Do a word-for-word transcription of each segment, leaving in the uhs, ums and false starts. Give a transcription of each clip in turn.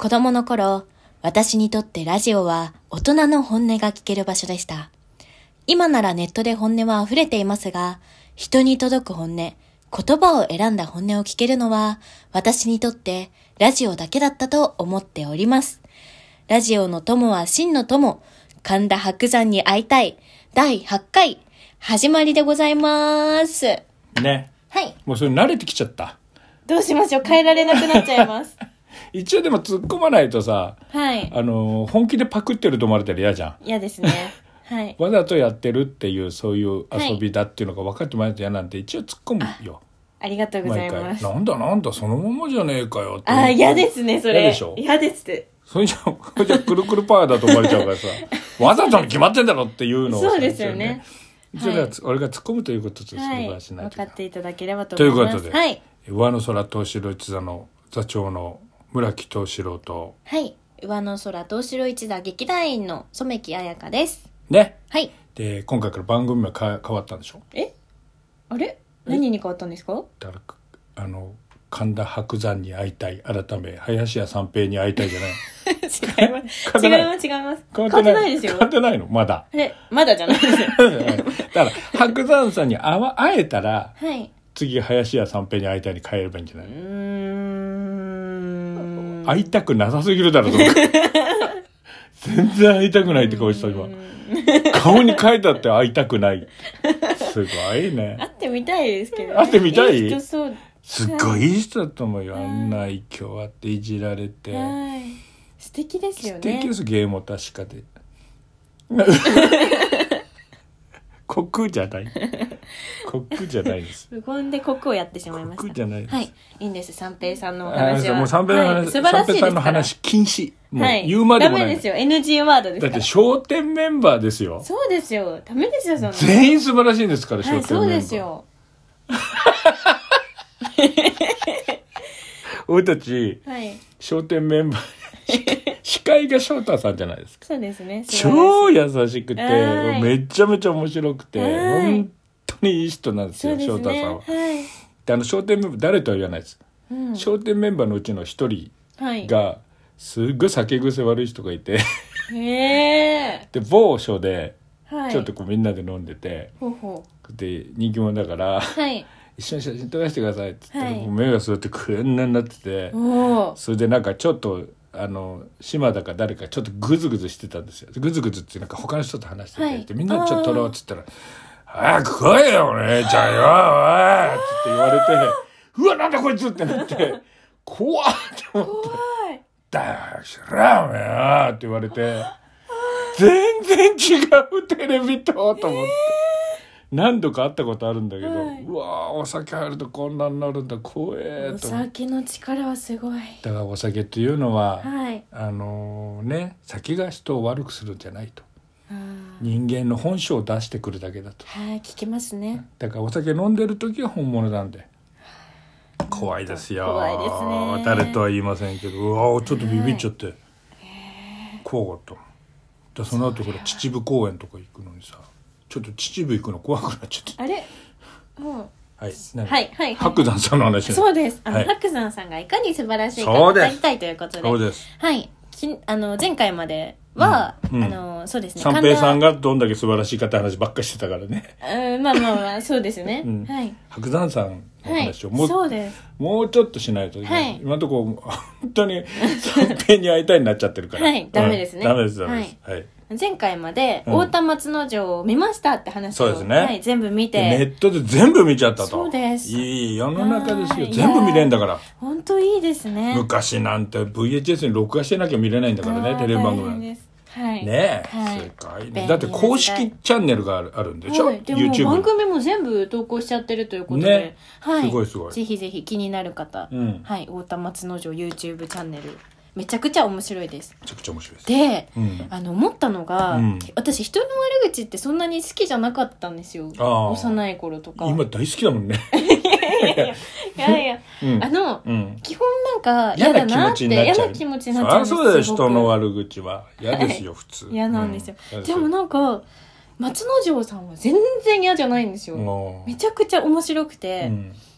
子供の頃、私にとってラジオは大人の本音が聞ける場所でした。今ならネットで本音は溢れていますが、人に届く本音、言葉を選んだ本音を聞けるのは、私にとってラジオだけだったと思っております。ラジオの友は真の友、神田伯山に会いたい、だいはちかい、始まりでございます。 ね。 はい。 もうそれ慣れてきちゃった。 どうしましょう、変えられなくなっちゃいます。 一応でも突っ込まないとさ、 はい。 あの本気でパクってると思われたら嫌じゃん。 嫌ですね。はい。 わざとやってるっていうそういう遊びだっていうのが分かってもらえると嫌なんで、一応突っ込むよ。 あ、ありがとうございます。 なんだなんだそのままじゃねえかよって。 あ、嫌ですねそれ。 嫌でしょ。 嫌です。 それじゃそれじゃくるくるパーだと思われちゃうからさ、わざとに決まってんだろっていうのを。 そうですよね。 それは俺が突っ込むということとそれはしないと、 はい、分かっていただければと思います。 ということで、 はい、 上野空東四郎一座の座長の村木東四郎と、 はい、上野空東四郎一座劇団員の染木彩香ですね。 はい。 で今回から番組は変わったんでしょ。 えあれ何に変わったんですか。 だからあの神田伯山に会いたい、改め林家三平に会いたいじゃない。 違います違います違います変わってないですよ。 変わってないのまだ。 えまだじゃないですよ。 だから伯山さんに会わ会えたら、 はい、次林家三平に会いたいに変えればいいんじゃない。うーん会いたくなさすぎるだろうと全然会いたくないって顔した今。顔に書いてあって会いたくない。すごいね。 会ってみたいですけど、ね、 会ってみたい。 いい人そう。 すっごいいい人だと思うよ。あんな愛嬌あっていじられて、 はい、素敵ですよね。 素敵です。芸も確かでコクじゃないコクじゃないです。 無言でコクをやってしまいました。 コクじゃないです。 はい、いいんです。三平さんのお話はもう三平の話、はい、 素晴らしいですから。 三平さんの話禁止。もう言うまでもない、 はい、ダメですよ。 エヌジー ワードですから。 だって笑点メンバーですよ。 そうですよ。ダメですよそんな。 全員素晴らしいんですから、笑点メンバー。 はい、そうですよ。 俺たち、はい、笑点メンバー司会が翔太さんじゃないですか。 そうですね。 超優しくてめちゃめちゃ面白くて本当にいい人なんですよ、翔太さんは。はい、であの笑点メンバー誰とは言わないです、うん、笑点メンバーのうちの一人がすっごい酒癖悪い人がいてへで某所でちょっとこうみんなで飲んでて、はい、で人気者だから、はい、一緒に写真撮らせてくださいって言って、はい、もう目が座ってこんなになってて、それでなんかちょっとあの島田か誰かちょっとグズグズしてたんですよ。グズグズってなんか他の人と話してて、はい、でみんなちょっと撮ろうっつったら「早く来いよお姉ちゃんよおい」って言われて「うわなんだこいつ」ってなって怖っって思って「だよ知らんおめよ」って言われて全然違うテレビとと思って。何度か会ったことあるんだけど、はい、うわお酒入るとこんなになるんだ怖えと。お酒の力はすごい。 だからお酒っていうのは、はい、あのね酒が人を悪くするんじゃないと。人間の本性を出してくるだけだと。 はい、聞きますね。 だからお酒飲んでる時は本物なんで怖いですよ。 怖いですね。 誰とは言いませんけど、うわちょっとビビっちゃって、はい、怖かった。でその後ほら秩父公園とか行くのにさ、ちょっと秩父行くの怖くなっちゃって。 あれ、うん、 はい、 はいはい白山さんの話。 そうです。あの、はい、白山さんがいかに素晴らしいか語りたいということで。 そうです。 はい。きあの前回までは、うん、あのそうですね。 三平さんがどんだけ素晴らしいかって話ばっかりしてたからね。 うん、まあまあまあそうですね。うん、はい。 白山さんの話をもう、 はい、そうです。 もうちょっとしないと、はい、今のところ本当に三平に会いたいになっちゃってるから。 はい、ダメですね。 ダメですダメです。はい。はい前回まで太田松之丞を見ましたって話を、 そうですね、 はい、全部見てネットで全部見ちゃったと。 そうです。 いい世の中ですよ。全部見れんだから。 本当いいですね。 昔なんて ブイエイチエス に録画してなきゃ見れないんだからね、テレビ番組です。はい、ねえ、はい、すごいね。だって公式チャンネルがある、あるんでしょ、はい、 でも YouTube 番組も全部投稿しちゃってるということで、ね、はい、 すごいすごい。 ぜひぜひ気になる方、うん、はい、太田松之丞 YouTube チャンネルめちゃくちゃ面白いです。 めちゃくちゃ面白いです。 で、うん、あの思ったのが、うん、私人の悪口ってそんなに好きじゃなかったんですよ。幼い頃とか。 今大好きだもんね。 いやいやいやいや、うん、あの、うん、基本なんか嫌だなって嫌な気持ちになっちゃうんですよ。 そうです。人の悪口は嫌ですよ、はい、普通。 嫌なんですよ。うん、でもなんか松之丞さんは全然嫌じゃないんですよ。めちゃくちゃ面白くて。うん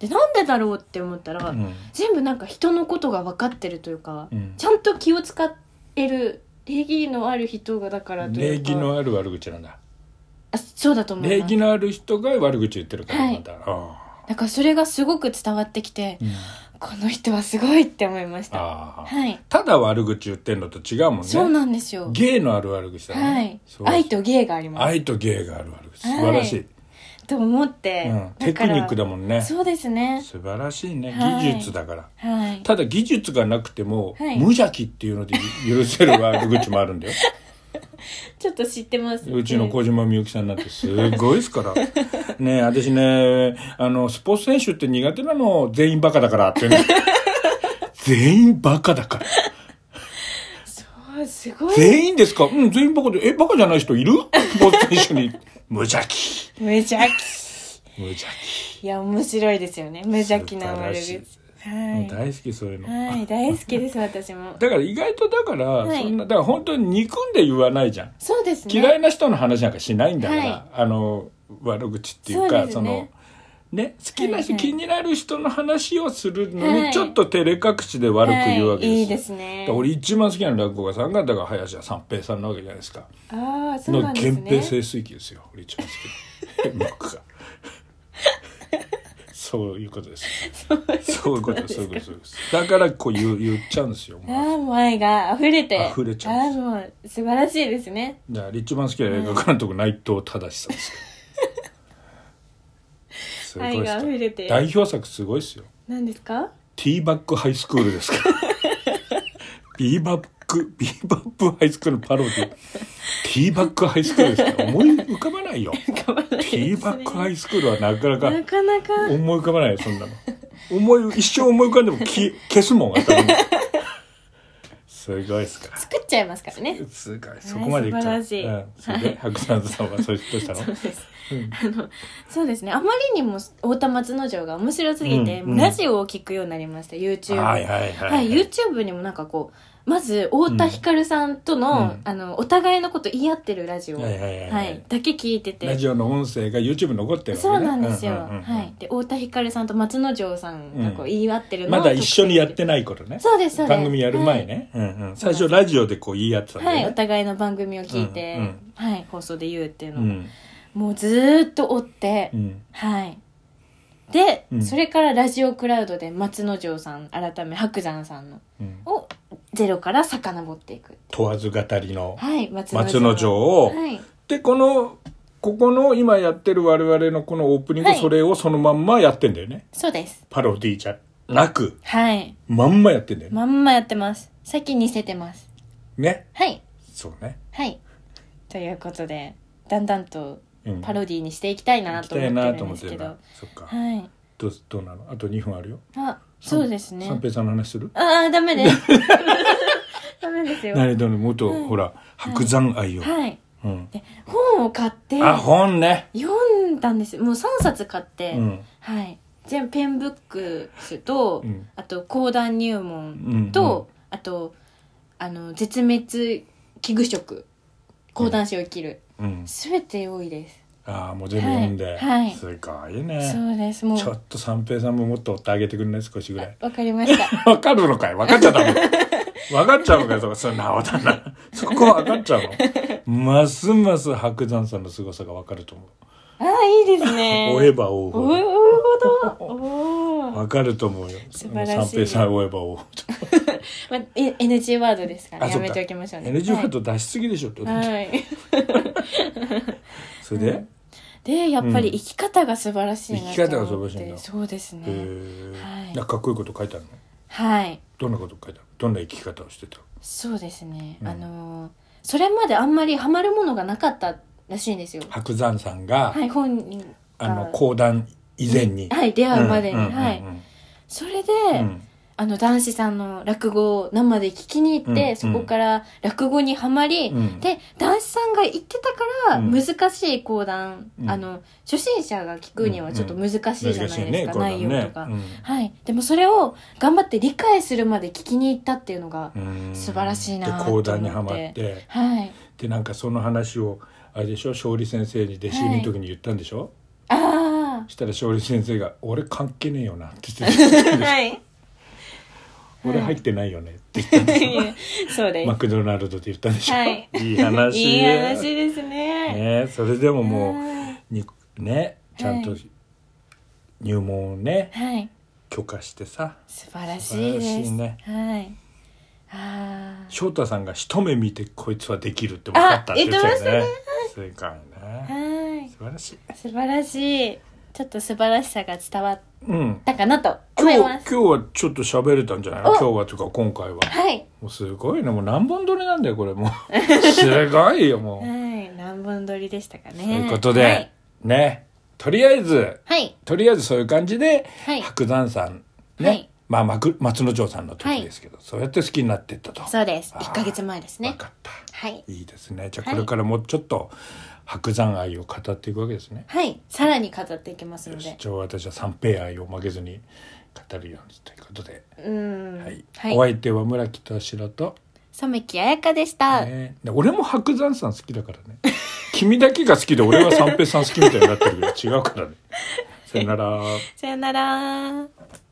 でなんでだろうって思ったら、うん、全部なんか人のことが分かってるというか、うん、ちゃんと気を使える礼儀のある人がだからというか。 礼儀のある悪口なんだ。 あ、そうだと思います。 礼儀のある人が悪口言ってるからなんだ、はい、 あだからそれがすごく伝わってきて、うん、この人はすごいって思いました。 あ、 はい、 ただ悪口言ってるのと違うもんね。 そうなんですよ。 芸のある悪口だね、 はい、愛と芸があります。 愛と芸がある悪口、素晴らしい、はいと思って、 うん、テクニックだもんね。 そうですね、 素晴らしいね、はい、技術だから、 はい、 ただ技術がなくても、はい、無邪気っていうので許せる悪口もあるんだよちょっと知ってます。 うちの小島みゆきさんなんてすごいですからねえ、私ね、あのスポーツ選手って苦手なの、全員バカだからってね全員バカだからそうすごい。 全員ですか？うん、全員バカで。え、バカじゃない人いる？スポーツ選手に無邪気無邪気無邪気。 いや面白いですよね、無邪気な悪口。 はい、大好きそういうの。 はい、大好きです私も。 だから意外とだから、はい、そんなだから本当に憎んで言わないじゃん。 そうですね。 嫌いな人の話なんかしないんだから、はい、あの悪口っていうか、そうですね、そのね、好きな人、はいはい、気になる人の話をするのに、はい、ちょっと照れ隠しで悪く言うわけですよ、はい、いいですね。俺一番好きな落語家さんがだから林家三平さんなわけじゃないですか。 ああ、そうなんですね。 の源平盛衰期ですよ、俺一番好きな僕がそういうことです。そういうことです。そういうことです。だからこう 言, 言っちゃうんですよ。 ああ、もう愛が溢れて。 溢れちゃうんです。 ああ、もう素晴らしいですね。 じゃあ一番好きな映画監督、うん、内藤忠さんです。すごいですか。愛が溢れて。代表作すごいですよ。 何ですか？ ティーバックハイスクールですか。ビーバックビーバップハイスクールのパロディ。ティーバックハイスクールですか。思い浮かばないよ。 浮かばないですね。 ティーバックハイスクールはなかなかなかなか思い浮かばないよ、そんなの。思い一生思い浮かんでも消すもん頭に。すごいですから。 作っちゃいますからね。 すごい、そこまでいっちゃう。素晴らしい。うん、それで白山さんはそういう人したの。 そうです。うん、あのそうですね。あまりにも太田松之丞が面白すぎて、うんうん、ラジオを聞くようになりました。YouTube。 はいはいはい、はい。 はい、YouTube にもなんかこう。まず太田光さんとの、うん、あのお互いのこと言い合ってるラジオ、はいはいはいはい、だけ聞いてて、 ラジオの音声が YouTube に残ってるわけね。 そうなんですよ、うんうんうんうん、はい、で太田光さんと松之丞さんがこう言い合ってるのを、 うん、まだ一緒にやってない頃ね。 そうですそうです。 番組やる前ね、はい、うんうん、最初ラジオでこう言い合ってたんだよね。 はい、お互いの番組を聞いて、うんうん、はい、放送で言うっていうのを、うん、もうずーっと追って、うん、はいで、うん、それからラジオクラウドで松之丞さん改め白山さんの、うん、をゼロから遡っていく問わず語りの、 はい、 松之丞を、はい、でこのここの今やってる我々のこのオープニング、はい、それをそのまんまやってんだよね。 そうです。 パロディじゃなく、 はい、 まんまやってんだよね。 まんまやってます。最近似せてますね。 はい、 そうね。 はい、ということでだんだんとパロディにしていきたいなと思ってるんですけど、うん、 そっか、 はい、 どう、どうなの？あとにふんあるよ。 あ、そうですね。 三平さんの話する？ ああ、ダメですダメですよ。 何だろう、もっと、はい、ほら白山愛を、 はい、うん、で本を買ってあ本ね読んだんですよ。もうさんさつ買って、うん、はい、全ペンブックスと、うん、あと講談入門と、うんうん、あとあの絶滅危惧食講談師を生きる、うん、全て多いです。 ああもう全部読んで、 はい、 すごいね。 そうです。もうちょっと三平さんももっと追ってあげてくれない？少しぐらい。 わかりましたわかるのかい？わかっちゃダメわかっちゃうのかよ。そこそんな青だなそこはわかっちゃうのますます白山さんの凄さがわかると思う。 ああいいですね追えば追うほど追うほどわかると思うよ。 素晴らしい。 三平さん追えば追うほどまあ、エヌジー ワードですから、ね、やめておきましょうね。 エヌジー ワード出しすぎでしょって、はい、それで、うん、 でやっぱり生き方が素晴らしいなと思って、 生き方が素晴らしいんだ。 そうですね、 はい、なんかかっこいいこと書いてあるの？ はい。 どんなこと書いてある？どんな生き方をしてた？ そうですね、うん、あのそれまであんまりハマるものがなかったらしいんですよ。 白山さんが、 はい、本人あの講談以前に、 はい出会うまでに、うんうんうんうん、はい、それで、うんあの男子さんの落語を生で聞きに行って、うん、そこから落語にはまり、うん、で男子さんが言ってたから難しい講談、うん、あの初心者が聞くにはちょっと難しいじゃないですか、うんうんね、内容とか、ねうん、はい、でもそれを頑張って理解するまで聞きに行ったっていうのが素晴らしいなと思って。 で講談にはまって、 はい、 でなんかその話をあれでしょ、勝利先生に弟子入りの時に言ったんでしょ、 はい、あそしたら勝利先生が俺関係ねえよなって言ってたはい俺入ってないよねって言ったんですよそうですマクドナルドで言ったんでしょ、はい、いい話いい話ですね。 ねそれでももうにねちゃんと入門をね、はい、許可してさ素晴らしいです。素晴らしいね。はい。 あ翔太さんが一目見てこいつはできるって分かったって言ってたよね。正解ね。はい。素晴らしい。 素晴らしい。ちょっと素晴らしさが伝わったかなと思います。 今日、今日はちょっと喋れたんじゃないの？今日はというか今回は。はい。もうすごいね。もう何本撮りなんだよこれもう。すごいよもう。 はい。何本撮りでしたかね。 ということで、はい、ね。とりあえず、はい。とりあえずそういう感じで、はい、白山さんね。はいまあ、松之丞さんの時ですけど、はい、そうやって好きになっていったと。 そうです。いっかげつまえですね。 分かった。はい。いいですね。じゃあこれからもうちょっと白山愛を語っていくわけですね。 はい。さらに語っていきますので。 じゃあ私は三平愛を負けずに語るようにということで。うん、はい。はい。お相手は村木敏郎と染木彩香でした、 ね。俺も白山さん好きだからね。君だけが好きで俺は三平さん好きみたいになってるけど違うからね。さよなら。 さよなら。